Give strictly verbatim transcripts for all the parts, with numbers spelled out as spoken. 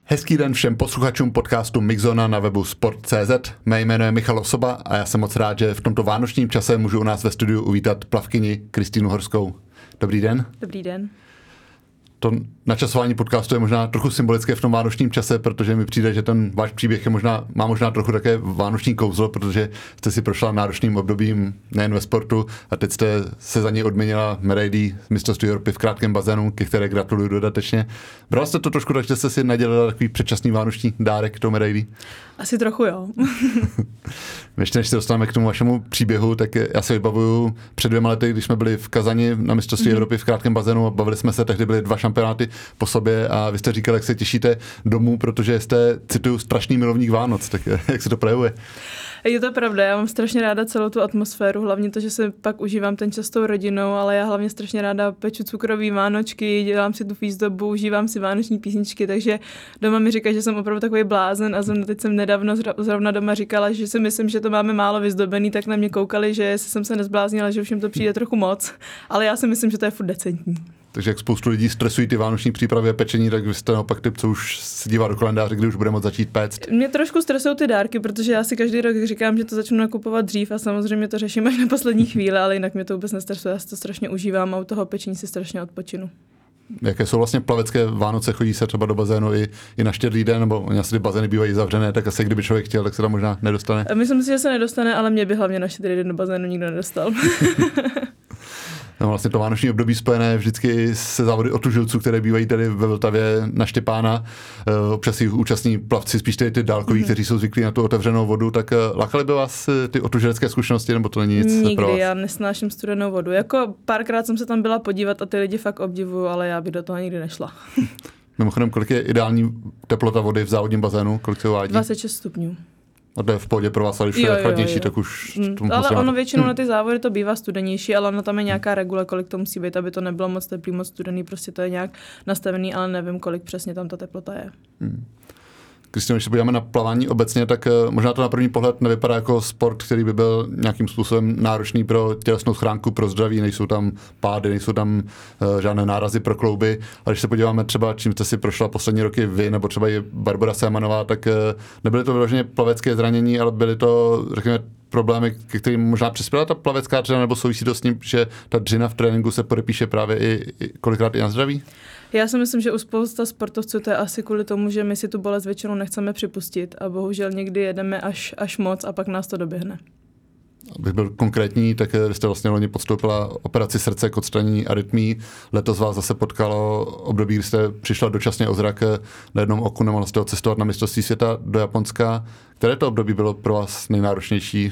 Hezký den všem posluchačům podcastu Mixzona na webu sport tečka cé zet. Mé jméno je Michal Osoba a já jsem moc rád, že v tomto vánočním čase můžu u nás ve studiu uvítat plavkyni Kristýnu Horskou. Dobrý den. Dobrý den. To načasování podcastu je možná trochu symbolické v tom vánočním čase, protože mi přijde, že ten váš příběh je možná, má možná trochu také vánoční kouzlo, protože jste si prošla náročným obdobím nejen ve sportu a teď jste se za něj odměnila medailí z mistrovství Evropy v krátkém bazénu, ke které gratuluju dodatečně. Brala jste to trošku tak, že jste si nadělila takový předčasný vánoční dárek k tomu medailí? Asi trochu jo. Ještě než se dostaneme k tomu vašemu příběhu, tak já si vybavuju před dvěma lety, když jsme byli v Kazani na mistrovství mm-hmm. Evropy v krátkém bazénu a bavili jsme se, tehdy byly dva šampionáty po sobě a vy jste říkali, jak se těšíte domů, protože jste, cituju, strašný milovník Vánoc, tak jak se to projevuje? Je to pravda, já mám strašně ráda celou tu atmosféru, hlavně to, že se pak užívám ten čas s tou rodinou, ale já hlavně strašně ráda peču cukrový vánočky, dělám si tu výzdobu, užívám si vánoční písničky, takže doma mi říká, že jsem opravdu takový blázen a zrovna teď jsem nedávno zrovna doma říkala, že si myslím, že to máme málo vyzdobený, tak na mě koukali, že jsem se nezbláznila, že už jim to přijde trochu moc, ale já si myslím, že to je furt decentní. Takže jak spoustu lidí stresují ty vánoční přípravy a pečení, tak vy jste naopak typ, co už se dívá do kalendáře, kdy už bude moc začít péct. Mě trošku stresují ty dárky, protože já si každý rok říkám, že to začnu nakupovat dřív a samozřejmě to řeším až na poslední chvíli, ale jinak mě to vůbec nestresuje, já si to strašně užívám a u toho pečení si strašně odpočinu. Jaké jsou vlastně plavecké Vánoce, chodí se třeba do bazénu i, i na štědrý den, nebo oni asi ty bazény bývají zavřené, tak asi kdyby člověk chtěl, tak se tam možná nedostane. Myslím si, že se nedostane, ale mě by hlavně na štědrý den do bazénu nikdo nedostal. No, vlastně to vánoční období spojené vždycky se závody otužilců, které bývají tady ve Vltavě na Štěpána. Občas jich účastní plavci, spíš ty dálkoví, mm-hmm. kteří jsou zvyklí na tu otevřenou vodu, tak lákaly by vás ty otužilecké zkušenosti, nebo to není nic Nikdy, pro vás? já nesnáším studenou vodu. Jako párkrát jsem se tam byla podívat a ty lidi fakt obdivuju, ale já by do toho nikdy nešla. Mimochodem, kolik je ideální teplota vody v závodním bazénu? Kolik se uvádí? dvacet šest stupňů. A to je v pohodě pro vás, ale když je chladnější, tak už... Mm, ale ono většinou na ty závody to bývá studenější, ale ono tam je nějaká regule, kolik to musí být, aby to nebylo moc teplý, moc studený, prostě to je nějak nastavený, ale nevím, kolik přesně tam ta teplota je. Hmm. Kristýno, když se podíváme na plavání obecně, tak možná to na první pohled nevypadá jako sport, který by byl nějakým způsobem náročný pro tělesnou schránku, pro zdraví, nejsou tam pády, nejsou tam uh, žádné nárazy pro klouby, ale když se podíváme třeba, čím jste si prošla poslední roky vy, nebo třeba i Barbora Sémanová, tak uh, nebyly to vyloženě plavecké zranění, ale byly to, řekněme, problémy, ke kterým možná přispěla ta plavecká dřina, nebo souvisí to s tím, že ta dřina v tréninku se podepíše právě i, i kolikrát i na zdraví? Já si myslím, že u spousta sportovců to je asi kvůli tomu, že my si tu bolest většinou nechceme připustit a bohužel někdy jedeme až, až moc a pak nás to doběhne. Abych byl konkrétní, tak jste vlastně loni podstoupila operaci srdce k odstranění arytmí. Letos vás zase potkalo období, kdy jste přišla dočasně o zrak na jednom oku, nemohla jste cestovat na mistrovství světa do Japonska. Které to období bylo pro vás nejnáročnější?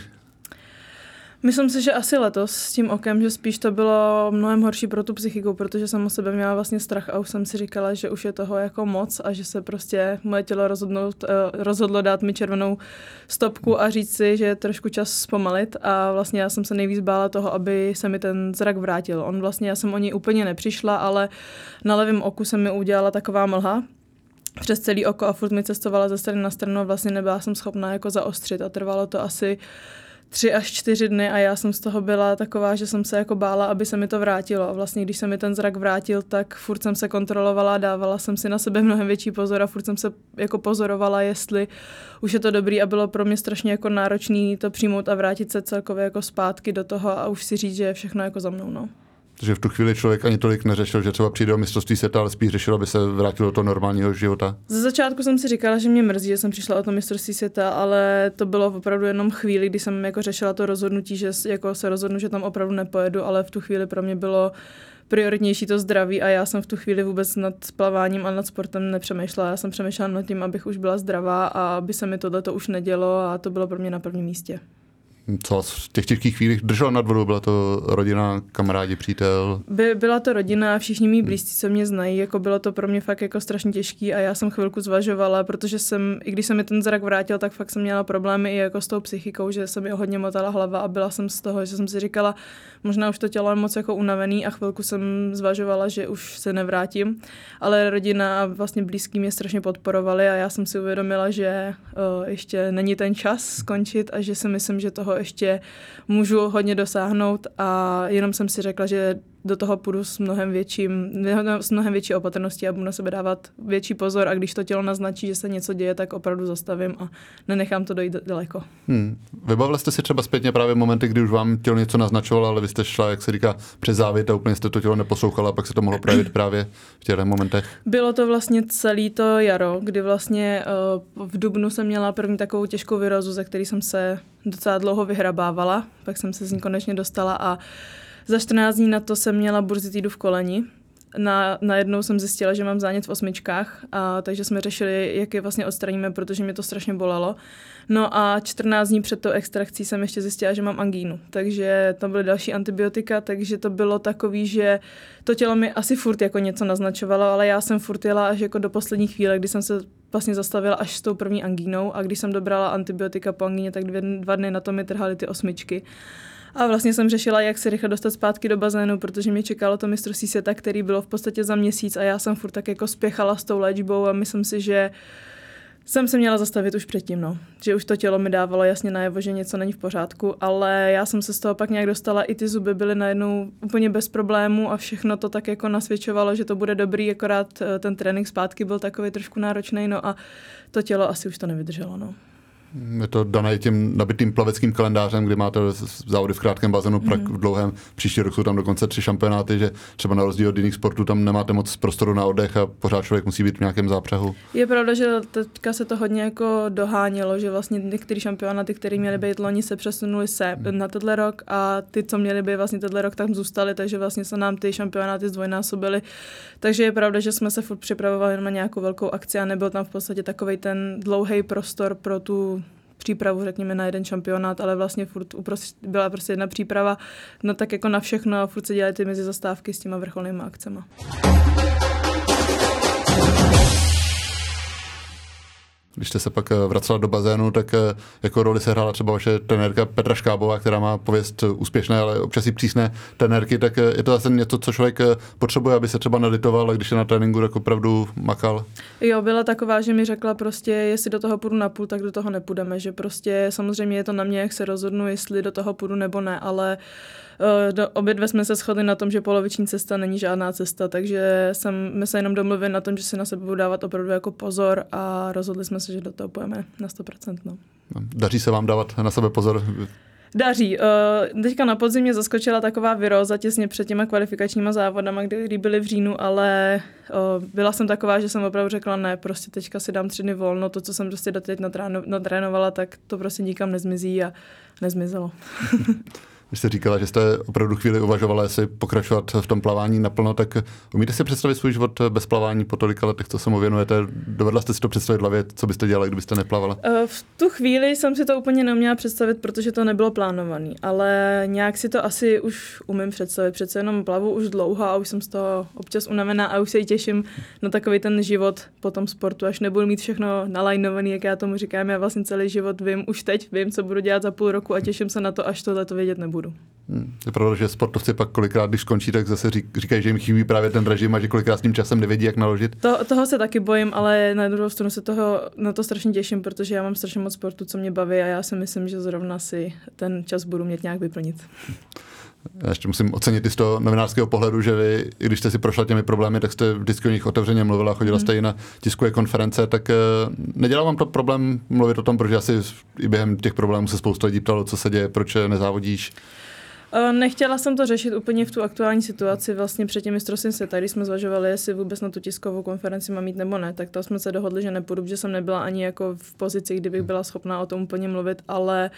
Myslím si, že asi letos s tím okem, že spíš to bylo mnohem horší pro tu psychiku, protože jsem o sebe měla vlastně strach a už jsem si říkala, že už je toho jako moc a že se prostě moje tělo rozhodnout, rozhodlo dát mi červenou stopku a říct si, že je trošku čas zpomalit a vlastně já jsem se nejvíc bála toho, aby se mi ten zrak vrátil. On vlastně, já jsem o něj úplně nepřišla, ale na levém oku se mi udělala taková mlha přes celý oko a furt mi cestovala ze strany na stranu a vlastně nebyla jsem schopná jako zaostřit a trvalo to asi tři až čtyři dny a já jsem z toho byla taková, že jsem se jako bála, aby se mi to vrátilo. A vlastně, když se mi ten zrak vrátil, tak furt jsem se kontrolovala, dávala jsem si na sebe mnohem větší pozor a furt jsem se jako pozorovala, jestli už je to dobrý a bylo pro mě strašně jako náročný to přijmout a vrátit se celkově jako zpátky do toho a už si říct, že je všechno jako za mnou, no. Takže v tu chvíli člověk ani tolik neřešil, že třeba přijde o mistrovství světa, ale spíš řešil, aby se vrátil do toho normálního života. Ze začátku jsem si říkala, že mě mrzí, že jsem přišla o to mistrovství světa, ale to bylo opravdu jenom chvíli, kdy jsem jako řešila to rozhodnutí, že jako se rozhodnu, že tam opravdu nepojedu, ale v tu chvíli pro mě bylo prioritnější to zdraví a já jsem v tu chvíli vůbec nad plaváním a nad sportem nepřemýšlela. Já jsem přemýšlela nad tím, abych už byla zdravá a aby se mi tohleto už nedělo a to bylo pro mě na prvním místě. Co vás v těch těžkých chvílích drželo nad vodou? Byla to rodina, kamarádi, přítel? By, byla to rodina a všichni mý blízcí, co mě znají, jako bylo to pro mě fakt jako strašně těžký a já jsem chvilku zvažovala, protože jsem, i když se mi ten zrak vrátil, tak fakt jsem měla problémy i jako s tou psychikou, že se mi hodně motala hlava a byla jsem z toho, že jsem si říkala, možná už to tělo je moc jako unavený a chvilku jsem zvažovala, že už se nevrátím, ale rodina a vlastně blízký mě strašně podporovali a já jsem si uvědomila, že o, ještě není ten čas skončit a že si myslím, že toho ještě můžu hodně dosáhnout a jenom jsem si řekla, že do toho půjdu s mnohem větším, s mnohem větší opatrností a budu na sebe dávat větší pozor a když to tělo naznačí, že se něco děje, tak opravdu zastavím a nenechám to dojít daleko. Hmm. Vybavili jste si třeba zpětně právě momenty, kdy už vám tělo něco naznačovalo, ale vy jste šla, jak se říká, přes závit a úplně jste to tělo neposlouchala, a pak se to mohlo projevit právě v těch momentech? Bylo to vlastně celý to jaro, kdy vlastně uh, v dubnu jsem měla první takovou těžkou virózu, ze který jsem se docela dlouho vyhrabávala, pak jsem se z ní konečně dostala a za čtrnáct dní na to jsem měla burzitidu v koleni. Na, najednou jsem zjistila, že mám zánět v osmičkách, a takže jsme řešili, jak je vlastně odstraníme, protože mě to strašně bolelo. No a čtrnáct dní před tou extrakcí jsem ještě zjistila, že mám angínu, takže tam byly další antibiotika, takže to bylo takový, že to tělo mi asi furt jako něco naznačovalo, ale já jsem furt jela až jako do poslední chvíle, kdy jsem se vlastně zastavila až s tou první angínou a když jsem dobrala antibiotika po angíně, tak dvě, dva dny na to mi trhaly ty osmičky. A vlastně jsem řešila, jak se rychle dostat zpátky do bazénu, protože mě čekalo to mistrovství světa, který bylo v podstatě za měsíc a já jsem furt tak jako spěchala s tou léčbou a myslím si, že jsem se měla zastavit už předtím, no. Že už to tělo mi dávalo jasně najevo, že něco není v pořádku, ale já jsem se z toho pak nějak dostala, i ty zuby byly najednou úplně bez problémů a všechno to tak jako nasvědčovalo, že to bude dobrý, akorát ten trénink zpátky byl takový trošku náročný, no a to tělo asi už to nevydrželo, no. Je to dané tím nabitým plaveckým kalendářem, kdy máte závody v krátkém bazénu, mm. v dlouhém. Příští rok jsou tam dokonce tři šampionáty, že třeba na rozdíl od jiných sportů tam nemáte moc prostoru na oddech a pořád člověk musí být v nějakém zápřehu. Je pravda, že teďka se to hodně jako dohánělo, že vlastně některé šampionáty, které měly být loni, se přesunuly se mm. na tenhle rok a ty, co měly být vlastně tenhle rok, tam zůstaly, takže vlastně se nám ty šampionáty zdvojnásobily. Takže je pravda, že jsme se furt připravovali na nějakou velkou akci a nebyl tam v podstatě takovej ten dlouhý prostor pro tu přípravu, řekněme, na jeden šampionát, ale vlastně furt uprost, byla prostě jedna příprava, no tak jako na všechno a furt se dělaly ty mezizastávky s těma vrcholnýma akcema. Když jste se pak vracela do bazénu, tak jako roli se hrála třeba vaše trenérka Petra Škábová, která má pověst úspěšné, ale občas i přísné trenérky, tak je to zase něco, co člověk potřebuje, aby se třeba nelitoval, když je na tréninku, tak opravdu makal. Jo, byla taková, že mi řekla prostě, jestli do toho půjdu na půl, tak do toho nepůjdeme, že prostě samozřejmě je to na mě, jak se rozhodnu, jestli do toho půjdu nebo ne, ale do, obě dvě jsme se shodli na tom, že poloviční cesta není žádná cesta, takže jsme se jenom domluvili na tom, že si na sebe budu dávat opravdu jako pozor a rozhodli jsme se, že do toho půjdeme na sto procent. No. Daří se vám dávat na sebe pozor? Daří. Teďka na podzim mě zaskočila taková viróza těsně před těma kvalifikačníma závodama, kdy byly v říjnu, ale byla jsem taková, že jsem opravdu řekla ne, prostě teďka si dám tři dny volno, to, co jsem prostě doteď natrénovala, tak to prostě nikam nezmizí a nezmizelo. Vy jste říkala, že jste opravdu chvíli uvažovala, jestli pokračovat v tom plavání naplno, tak umíte si představit svůj život bez plavání po tolika letech, co se mu věnujete? Dovedla jste si to představit v hlavě, co byste dělali, kdybyste neplavala? V tu chvíli jsem si to úplně neuměla představit, protože to nebylo plánované, ale nějak si to asi už umím představit. Přece jenom plavu už dlouho a už jsem z toho občas unavená a už se jí těším na takový ten život po tom sportu, až nebudu mít všechno nalajnovaný, jak já tomu říkám. Já vlastně celý život vím, už teď vím, co budu dělat za půl roku a těším se na to, až tohle to vědět nebudu. Hmm. Je pravda, že sportovci pak kolikrát, když skončí, tak zase říkají, že jim chybí právě ten režim a že kolikrát s tím časem nevědí, jak naložit. To, toho se taky bojím, ale na druhou stranu se toho, na to strašně těším, protože já mám strašně moc sportu, co mě baví a já si myslím, že zrovna si ten čas budu mít nějak vyplnit. Já ještě musím ocenit i z toho novinářského pohledu, že vy, i když jste si prošla těmi problémy, tak jste vždycky o nich otevřeně mluvila, chodila jste i na tiskové konference, tak nedělá vám to problém mluvit o tom, protože asi i během těch problémů se spousta lidí ptalo, co se děje, proč nezávodíš? Nechtěla jsem to řešit úplně v tu aktuální situaci, vlastně před těmi mistrovstvím světa, když jsme zvažovali, jestli vůbec na tu tiskovou konferenci mám mít nebo ne, tak to jsme se dohodli, že nepůjdu, protože jsem nebyla ani jako v pozici, kdybych byla schopná o tom úplně mluvit, ale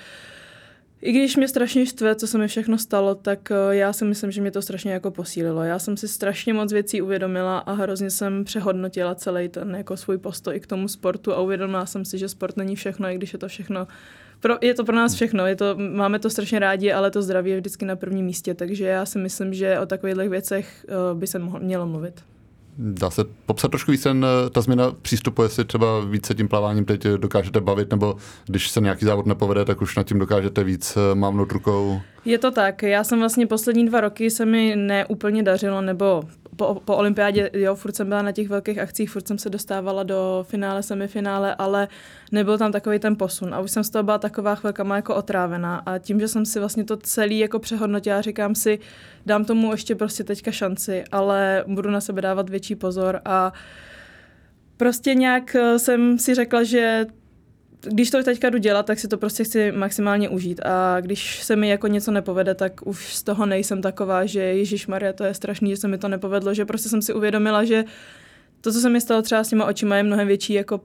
i když mě strašně štve, co se mi všechno stalo, tak já si myslím, že mě to strašně jako posílilo. Já jsem si strašně moc věcí uvědomila a hrozně jsem přehodnotila celý ten jako svůj postoj k tomu sportu a uvědomila jsem si, že sport není všechno, i když je to všechno. Pro, je to pro nás všechno, je to, máme to strašně rádi, ale to zdraví je vždycky na prvním místě, takže já si myslím, že o takových věcech by se mohlo, mělo mluvit. Dá se popsat trošku víc ten, ta změna přístupu, jestli třeba více tím plaváním teď dokážete bavit, nebo když se nějaký závod nepovede, tak už nad tím dokážete víc mávnout rukou? Je to tak. Já jsem vlastně poslední dva roky se mi neúplně dařilo, nebo po, po olympiádě, jo, furt jsem byla na těch velkých akcích, furt jsem se dostávala do finále, semifinále, ale nebyl tam takový ten posun. A už jsem z toho byla taková chvilka má jako otrávená. A tím, že jsem si vlastně to celý jako přehodnotila, říkám si, dám tomu ještě prostě teďka šanci, ale budu na sebe dávat větší pozor a prostě nějak jsem si řekla, že když to teďka jdu dělat, tak si to prostě chci maximálně užít a když se mi jako něco nepovede, tak už z toho nejsem taková, že ježišmarja, to je strašný, že se mi to nepovedlo, že prostě jsem si uvědomila, že to, co se mi stalo třeba s těma očima, je mnohem větší jako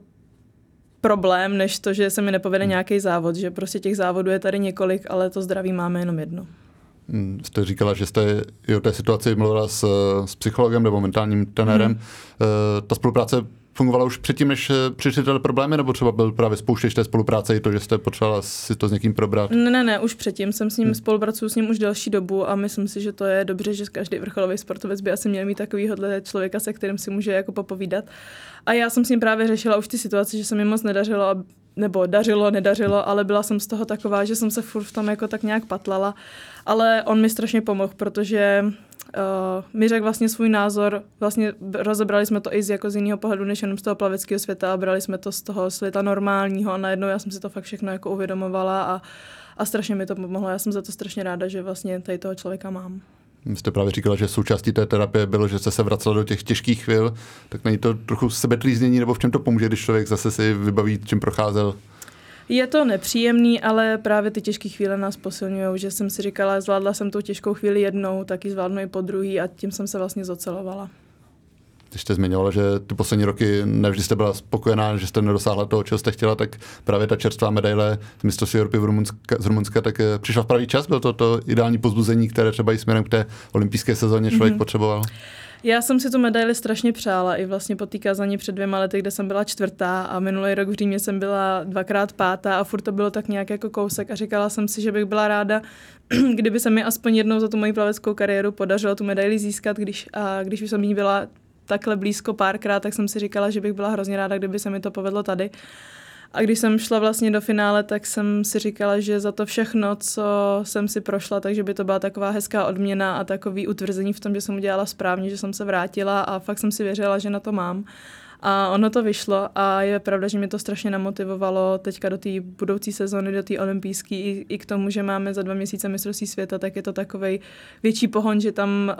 problém, než to, že se mi nepovede nějaký závod, že prostě těch závodů je tady několik, ale to zdraví máme jenom jedno. Hmm, jste říkala, že jste i o té situaci mluvila s, s psychologem nebo mentálním trenérem. Hmm. Uh, ta spolupráce fungovala už předtím, než přišly tyhle problémy, nebo třeba byl právě spouštěč té spolupráce i to, že jste potřebovala si to s někým probrat? Ne, ne, ne, už předtím jsem s ním hmm. spolupracuju s ním už delší dobu a myslím si, že to je dobře, že každý vrcholový sportovec by asi měl mít takovýhodle člověka, se kterým si může jako popovídat. A já jsem s ním právě řešila už ty situace, že se mi moc nedařilo, nebo dařilo, nedařilo, ale byla jsem z toho taková, že jsem se furt v tom jako tak nějak patlala. Ale on mi strašně pomohl, protože Uh, mi řekl vlastně svůj názor, vlastně rozebrali jsme to i z, jako z jiného pohledu, než jenom z toho plaveckého světa a brali jsme to z toho světa normálního a najednou já jsem si to fakt všechno jako uvědomovala a, a strašně mi to pomohlo. Já jsem za to strašně ráda, že vlastně tady toho člověka mám. Vy jste právě říkala, že součástí té terapie bylo, že jste se vracela do těch těžkých chvil, tak není to trochu sebetrýznění, nebo v čem to pomůže, když člověk zase si vybaví, čím procházel? Je to nepříjemný, ale právě ty těžké chvíle nás posilňují, že jsem si říkala, zvládla jsem tu těžkou chvíli jednou, tak ji zvládnu i po druhý a tím jsem se vlastně zocelovala. Když jste zmiňovala, že ty poslední roky nevždy jste byla spokojená, že jste nedosáhla toho, čeho jste chtěla, tak právě ta čerstvá medaile z mistrovství Evropy z Rumunska tak přišla v pravý čas, bylo to to ideální povzbuzení, které třeba i směrem k té olympijské sezóně člověk mm-hmm. potřeboval? Já jsem si tu medaili strašně přála, i vlastně po té kázání před dvěma lety, kde jsem byla čtvrtá a minulý rok v Římě jsem byla dvakrát pátá a furt to bylo tak nějak jako kousek a říkala jsem si, že bych byla ráda, kdyby se mi aspoň jednou za tu moji plaveckou kariéru podařilo tu medaili získat, když, a když už jsem jí byla takhle blízko párkrát, tak jsem si říkala, že bych byla hrozně ráda, kdyby se mi to povedlo tady. A když jsem šla vlastně do finále, tak jsem si říkala, že za to všechno, co jsem si prošla, takže by to byla taková hezká odměna a takový utvrzení v tom, že jsem udělala správně, že jsem se vrátila a fakt jsem si věřila, že na to mám. A ono to vyšlo a je pravda, že mě to strašně namotivovalo teďka do té budoucí sezóny, do té olympijské, i, i k tomu, že máme za dva měsíce mistrovství světa, tak je to takovej větší pohon, že tam uh,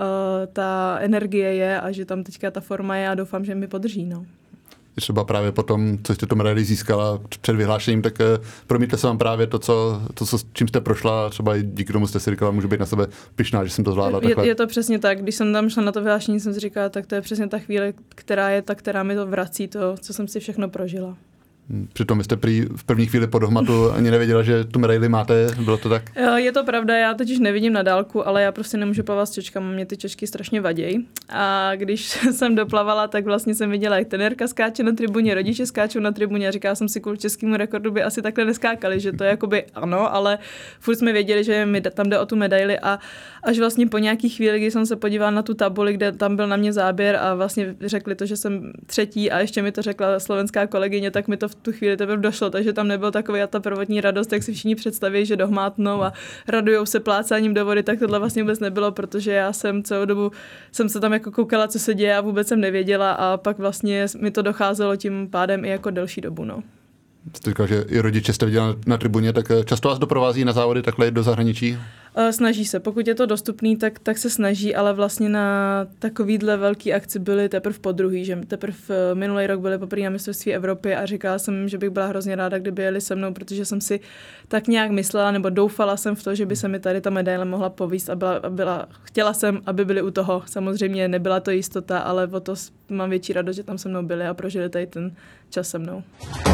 ta energie je a že tam teďka ta forma je a doufám, že mi podrží. No. Třeba právě potom, co jste tu medaili získala před vyhlášením, tak promítli se vám právě to, co, to, co, čím jste prošla, třeba i díky tomu jste si říkala, můžu být na sebe pyšná, že jsem to zvládla je, takhle. Je to přesně tak, když jsem tam šla na to vyhlášení, jsem si říkala, tak to je přesně ta chvíle, která je ta, která mi to vrací, to, co jsem si všechno prožila. Přitom jste prý v první chvíli po dohmatu ani nevěděla, že tu medaili máte, bylo to tak? Je to pravda, já totiž nevidím na dálku, ale já prostě nemůžu plavat s čočkama, mě ty čočky strašně vadějí. A když jsem doplavala, tak vlastně jsem viděla, jak trenérka skáče na tribuně, rodiče skáčou na tribuně a říkala jsem si, kvůli českému rekordu by asi takhle neskákali, že to je jakoby ano, ale furt jsme věděli, že mi tam jde o tu medaili a až vlastně po nějaký chvíli, kdy jsem se podívala na tu tabuli, kde tam byl na mě záběr a vlastně řekli to, že jsem třetí a ještě mi to řekla slovenská kolegyně, tak mi to v tu chvíli teprve došlo, takže tam nebyl takový ta prvotní radost, jak si všichni představí, že dohmátnou a radujou se plácáním do vody, tak tohle vlastně vůbec nebylo, protože já jsem celou dobu jsem se tam jako koukala, co se děje a vůbec jsem nevěděla a pak vlastně mi to docházelo tím pádem i jako delší dobu, no. Jste říkal, že i rodiče jste viděla na, na tribuně, tak často vás doprovází na závody takhle do zahraničí? Snaží se, pokud je to dostupný, tak, tak se snaží, ale vlastně na takovýhle velký akci byly teprve po druhý, že teprve minulý rok byly poprvé na mistrovství Evropy a říkala jsem, že bych byla hrozně ráda, kdyby jeli se mnou, protože jsem si tak nějak myslela nebo doufala jsem v to, že by se mi tady ta medaile mohla povíst a byla, byla, chtěla jsem, aby byli u toho. Samozřejmě nebyla to jistota, ale o to mám větší radost, že tam se mnou byli a prožili tady ten čas se mnou.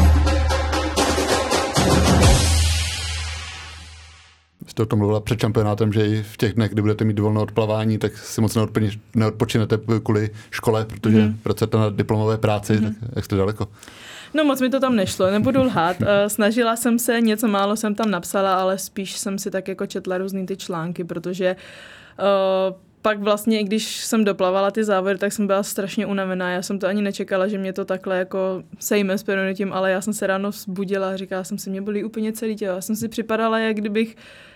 Jste o tom mluvila před šampionátem, že i v těch dnech, kdy budete mít volno od plavání, tak si moc neodpočinete kvůli škole, protože mm. pracujete na diplomové práci, mm. tak jak jste daleko? No moc mi to tam nešlo, nebudu lhát. Snažila jsem se, něco málo jsem tam napsala, ale spíš jsem si tak jako četla různý ty články, protože uh, pak vlastně, i když jsem doplavala ty závody, tak jsem byla strašně unavená. Já jsem to ani nečekala, že mě to takhle jako sejme s tím, ale já jsem se ráno vzbudila a říkala jsem si, mě bolí úplně celý tělo. Já jsem si připadala, jak kdybych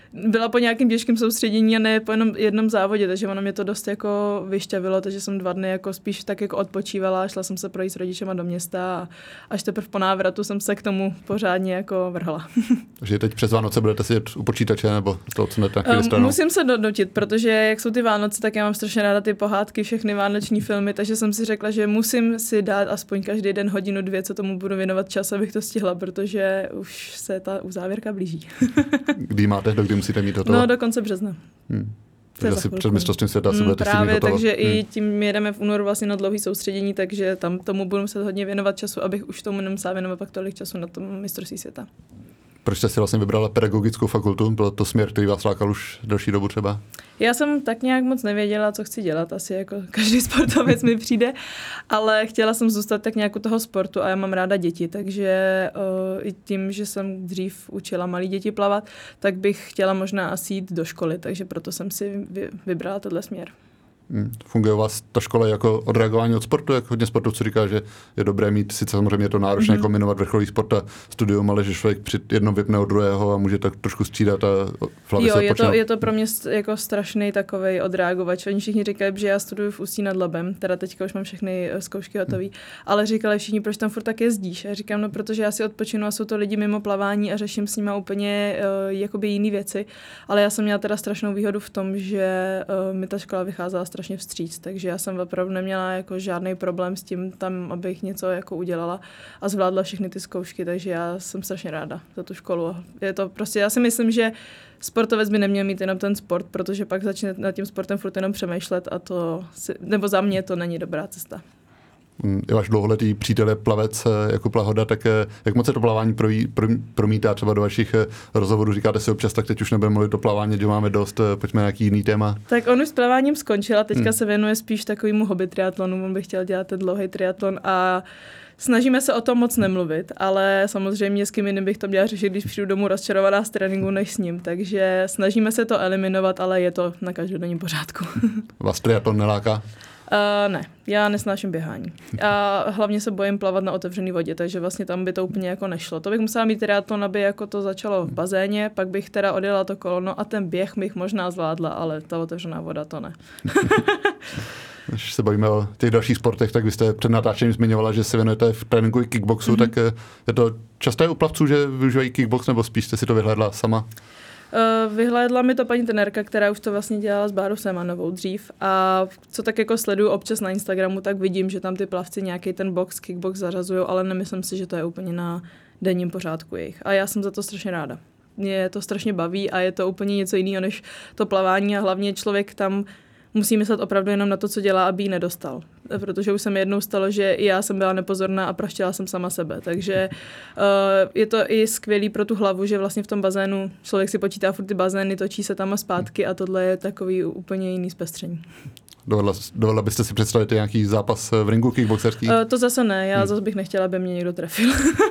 byla po nějakém těžkém soustředění a ne po jenom jednom závodě, takže ono mě to dost jako vyšťavilo, takže jsem dva dny jako spíš tak jako odpočívala, šla jsem se projít s rodičema do města a až teprve po návratu jsem se k tomu pořádně jako vrhla. Takže teď přes Vánoce budete sedět u počítače nebo to odsunete na chvíli stranou? Musím se donutit, protože jak jsou ty Vánoce, tak já mám strašně ráda ty pohádky, všechny vánoční filmy, takže jsem si řekla, že musím si dát aspoň každý den hodinu, dvě, co tomu budu věnovat čas, abych to stihla, protože už se ta uzávěrka blíží. Kdy máte, do kdy musíte mít hotovo? No, do konce března. Hmm. Takže asi před mistrovstvím světa si budete Právě, hotovo. takže hmm. i hmm. tím jedeme v únoru vlastně na dlouhý soustředění, takže tam tomu budu muset hodně věnovat času, abych už tomu nemusela věnovat pak tolik času na tom mistrovství světa. Proč jste si vlastně vybrala pedagogickou fakultu? Byl to směr, který vás lákal už delší dobu třeba? Já jsem tak nějak moc nevěděla, co chci dělat, asi jako každý sportovec mi přijde, ale chtěla jsem zůstat tak nějak u toho sportu a já mám ráda děti, takže uh, i tím, že jsem dřív učila malí děti plavat, tak bych chtěla možná asi jít do školy, takže proto jsem si vy, vybrala tenhle směr. Hmm. Funguje u vás ta škola jako odreagování od sportu, jak hodně sportovců říká, že je dobré mít, sice samozřejmě je to náročné mm-hmm. kombinovat vrcholový sport a studium, ale že člověk při jednom vypne od druhého a může tak trošku střídat a v hlavě jo, se je to, je to pro mě jako strašný takovej odreagovač. Oni všichni říkají, že já studuju v Ústí nad Labem, teda teďka už mám všechny zkoušky hotové, mm. ale říkali všichni, proč tam furt tak jezdíš. A říkám, no protože já si odpočinu a jsou to lidi mimo plavání a řeším s nimi úplně uh, jakoby jiný věci, ale já jsem měla teda strašnou výhodu v tom, že uh, mi ta škola vycházela strašně vstříc, takže já jsem opravdu neměla jako žádný problém s tím tam, abych něco jako udělala a zvládla všechny ty zkoušky, takže já jsem strašně ráda za tu školu. Je to prostě, já si myslím, že sportovec by neměl mít jenom ten sport, protože pak začne nad tím sportem furt jenom přemýšlet a to, si, nebo za mě to není dobrá cesta. Je váš dlouholetý přítel je plavec jako Plahoda, tak jak moc se to plavání projí, promítá třeba do vašich rozhovorů? Říkáte si občas, tak teď už nebudeme mluvit o plavání, že máme dost, pojďme na nějaký jiný téma. Tak on už s plaváním skončil a teďka hmm. se věnuje spíš takovému hobby triatlonu, on by chtěl dělat ten dlouhý triatlon a snažíme se o tom moc nemluvit, ale samozřejmě s kým jiným bych to měla řešit, když přijdu domů rozčarovaná z tréninku než s ním, takže snažíme se to eliminovat, ale je to na každodenním pořádku. Vás triatlon neláká? Uh, ne, já nesnáším běhání. A hlavně se bojím plavat na otevřené vodě, takže vlastně tam by to úplně jako nešlo. To bych musela mít triatlon, aby jako to začalo v bazéně, pak bych teda odjela to kolo a ten běh bych možná zvládla, ale ta otevřená voda to ne. Když se bavíme o těch dalších sportech, tak vy jste před natáčením zmiňovala, že se věnujete v tréninku i kickboxu, mm-hmm. tak je to časté u plavců, že využívají kickbox, nebo spíš jste si to vyhlédla sama? Uh, vyhlédla mi to paní trenérka, která už to vlastně dělala s Bárou Semanovou dřív a co tak jako sleduju občas na Instagramu, tak vidím, že tam ty plavci nějaký ten box, kickbox zařazují, ale nemyslím si, že to je úplně na denním pořádku jejich. A já jsem za to strašně ráda. Mě to strašně baví a je to úplně něco jiného než to plavání a hlavně člověk tam musí myslet opravdu jenom na to, co dělá, aby ji nedostal. Protože už se mi jednou stalo, že i já jsem byla nepozorná a praštila jsem sama sebe. Takže uh, je to i skvělý pro tu hlavu, že vlastně v tom bazénu člověk si počítá furt ty bazény, točí se tam a zpátky a tohle je takový úplně jiný zpestření. Dovedla, dovedla byste si představit nějaký zápas v ringu kickboxerský? Uh, to zase ne, já hmm. zase bych nechtěla, aby mě někdo trefil.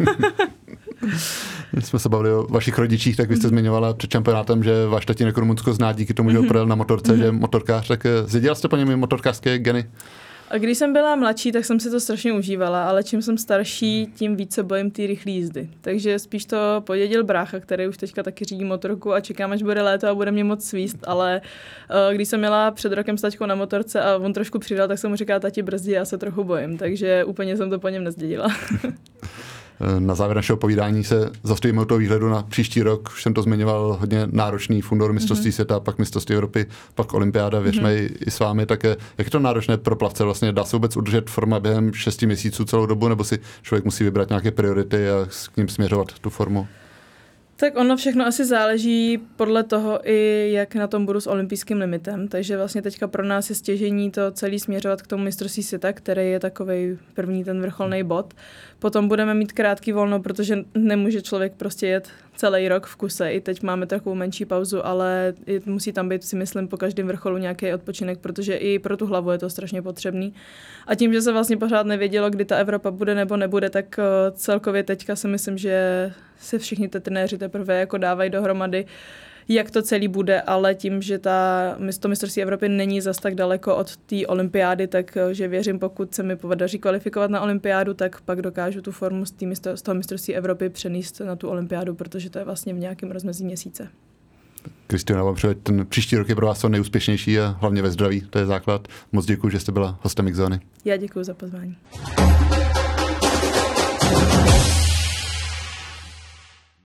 Když jsme se bavili o vašich rodičích, tak vy jste zmiňovala před šampionátem, že váš tatínek Rumunsko zná díky tomu, že ho projel na motorce, mm-hmm. že je motorkář, tak zdědila jste po něm motorkářské geny? A když jsem byla mladší, tak jsem si to strašně užívala, ale čím jsem starší, tím více bojím té rychlé jízdy. Takže spíš to podědil brácha, který už teďka taky řídí motorku a čekám, až bude léto a bude mě moc svíst, ale uh, když jsem měla před rokem s taťkou na motorce a on trošku přidal, tak jsem mu říkala, tati brzdí, já se trochu bojím, takže úplně jsem to po něm nezdědila. Na závěr našeho povídání se zastavíme od toho výhledu na příští rok. Už jsem to zmiňoval, hodně náročný fundor mistrovství mm-hmm. světa, pak mistrovství Evropy, pak olympiáda, věřme mm-hmm. i, i s vámi. Tak jak je to náročné pro plavce? Vlastně dá se vůbec udržet forma během šesti měsíců celou dobu, nebo si člověk musí vybrat nějaké priority a k ním směřovat tu formu? Tak ono všechno asi záleží podle toho i jak na tom budu s olympijským limitem, takže vlastně teďka pro nás je stěžení to celý směřovat k tomu mistrovství světa, který je takovej první ten vrcholný bod. Potom budeme mít krátký volno, protože nemůže člověk prostě jet celý rok v kuse. I teď máme takovou menší pauzu, ale musí tam být, si myslím, po každém vrcholu nějaký odpočinek, protože i pro tu hlavu je to strašně potřebný. A tím, že se vlastně pořád nevědělo, kdy ta Evropa bude nebo nebude, tak celkově teďka si myslím, že se všichni ty trenéři teprve jako dávají dohromady, jak to celý bude, ale tím, že ta, to mistrovství Evropy není zas tak daleko od té olympiády, takže věřím, pokud se mi podaří kvalifikovat na olympiádu, tak pak dokážu tu formu z, z toho mistrovství Evropy přenést na tu olympiádu, protože to je vlastně v nějakém rozmezí měsíce. Kristýno, vám přeju, ten příští rok je pro vás co nejúspěšnější a hlavně ve zdraví, to je základ. Moc děkuji, že jste byla hostem X-Zóny. Já děkuji za pozvání.